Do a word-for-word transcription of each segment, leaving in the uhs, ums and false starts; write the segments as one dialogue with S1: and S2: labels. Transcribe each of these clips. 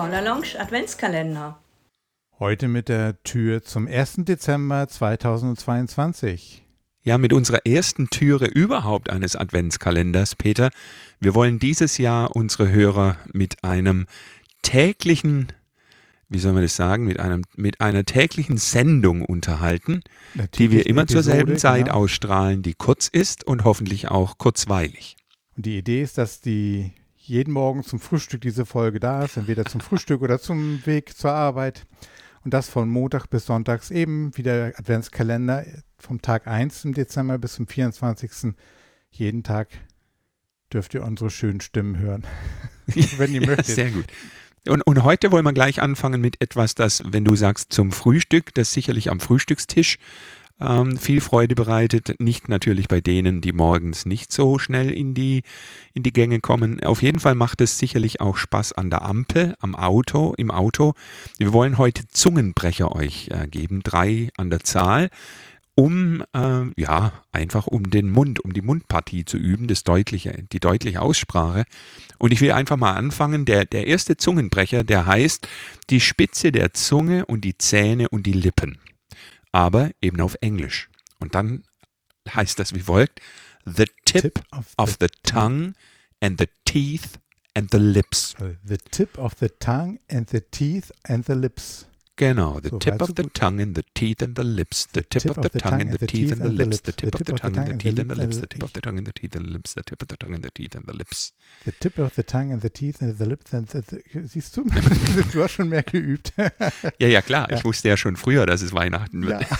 S1: Cornerlounge Adventskalender.
S2: Heute mit der Tür zum ersten Dezember zweitausendzweiundzwanzig.
S3: Ja, mit unserer ersten Türe überhaupt eines Adventskalenders, Peter. Wir wollen dieses Jahr unsere Hörer mit einem täglichen, wie soll man das sagen, mit einem mit einer täglichen Sendung unterhalten, die wir immer zur selben Zeit
S2: genau.
S3: ausstrahlen, die kurz ist und hoffentlich auch kurzweilig.
S2: Und die Idee ist, dass die jeden Morgen zum Frühstück diese Folge da ist, entweder zum Frühstück oder zum Weg zur Arbeit. Und das von Montag bis Sonntags eben wie der Adventskalender vom Tag eins im Dezember bis zum vierundzwanzigsten Jeden Tag dürft ihr unsere schönen Stimmen hören, wenn ihr
S3: Ja,
S2: möchtet.
S3: sehr gut. Und, und heute wollen wir gleich anfangen mit etwas, das, wenn du sagst zum Frühstück, das sicherlich am Frühstückstisch ähm, viel Freude bereitet. Nicht natürlich bei denen, die morgens nicht so schnell in die, in die Gänge kommen. Auf jeden Fall macht es sicherlich auch Spaß an der Ampel, am Auto, im Auto. Wir wollen heute Zungenbrecher euch äh, geben, drei an der Zahl, um, äh, ja, einfach um den Mund, um die Mundpartie zu üben, das deutliche, die deutliche Aussprache. Und ich will einfach mal anfangen. Der, der erste Zungenbrecher, der heißt die Spitze der Zunge und die Zähne und die Lippen. Aber eben auf Englisch. Und dann heißt das wie folgt: The tip,
S2: Tip of
S3: of
S2: the
S3: the tongue and the teeth and the lips.
S2: The tip of the tongue and the teeth and the lips.
S3: Genau, the
S2: So
S3: tip
S2: weit,
S3: of
S2: so
S3: the
S2: gut.
S3: tongue and the teeth and the lips. The tip of the tongue and the teeth and the lips. The tip of the tongue and the teeth and the lips. The tip of the tongue and the teeth and the lips. The tip of the tongue and the teeth and the lips.
S2: The tip of the tongue and the teeth and the lips. And the, the, siehst du, du hast schon mehr geübt.
S3: Ja, ja, klar.
S2: Ja.
S3: Ich wusste ja schon früher, dass es Weihnachten wird.
S2: Ja.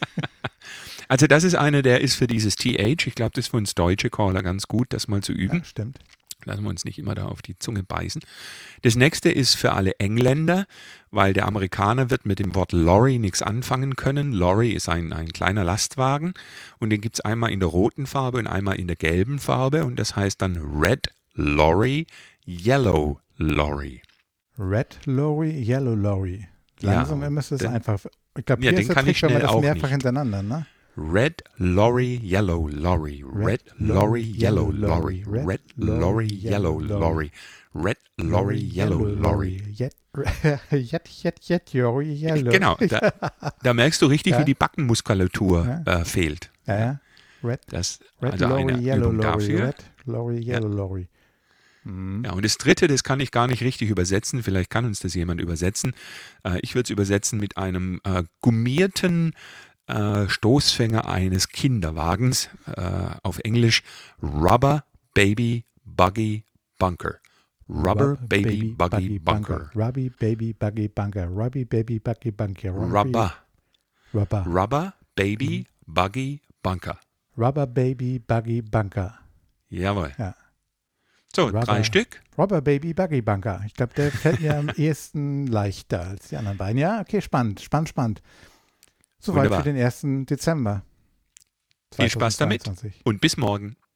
S3: Also das ist eine, der ist für dieses T H. Ich glaube, das ist für uns deutsche Caller ganz gut, das mal zu üben.
S2: Ja, stimmt.
S3: Lassen wir uns nicht immer da auf die Zunge beißen. Das nächste ist für alle Engländer, weil der Amerikaner wird mit dem Wort Lorry nichts anfangen können. Lorry ist ein, ein kleiner Lastwagen und den gibt es einmal in der roten Farbe und einmal in der gelben Farbe und das heißt dann Red Lorry, Yellow Lorry.
S2: Red Lorry, Yellow Lorry. Langsam
S3: Ja,
S2: müsste es
S3: den-
S2: einfach. Ich glaube,
S3: Ja,
S2: hier
S3: den
S2: ist der
S3: kann
S2: Trick,
S3: ich
S2: wenn man
S3: schnell
S2: das
S3: auch
S2: mehrfach
S3: nicht.
S2: hintereinander, ne?
S3: Red Lorry, Yellow Lorry, Red Lorry, Yellow Lorry, Red Lorry, Yellow Lorry, Red Lorry, Yellow Lorry.
S2: Jet, jet, jet, jet, Lorry, Yellow.
S3: Genau, da, da merkst du richtig,
S2: Ja.
S3: wie die Backenmuskulatur äh, fehlt.
S2: Ja, ja. Red,
S3: Das,
S2: Red
S3: also
S2: Lorry,
S3: eine
S2: Yellow
S3: Übung
S2: Lorry,
S3: dafür.
S2: Red Lorry, Yellow Lorry. Mhm.
S3: Ja, und das dritte, das kann ich gar nicht richtig übersetzen. Vielleicht kann uns das jemand übersetzen. Äh, ich würde es übersetzen mit einem äh, gummierten äh, Stoßfänger eines Kinderwagens. Äh, auf Englisch Rubber Baby Buggy Bunker. Rubber Baby Buggy Bunker.
S2: Rubby Baby Buggy Bunker. Rubby Baby Buggy Bunker.
S3: Rubber.
S2: Rubber.
S3: Rubber Baby Buggy Bunker.
S2: Rubber Baby Buggy Bunker.
S3: Jawohl.
S2: Ja.
S3: So,
S2: Rubber.
S3: drei Stück.
S2: Rubber Baby Buggy Bunker. Ich glaube, der fällt mir am ehesten leichter als die anderen beiden. Ja, okay, spannend, spannend, spannend. Soweit
S3: Wunderbar.
S2: für den ersten Dezember.
S3: Viel Spaß damit
S2: zweitausendzweiundzwanzig.
S3: und bis morgen.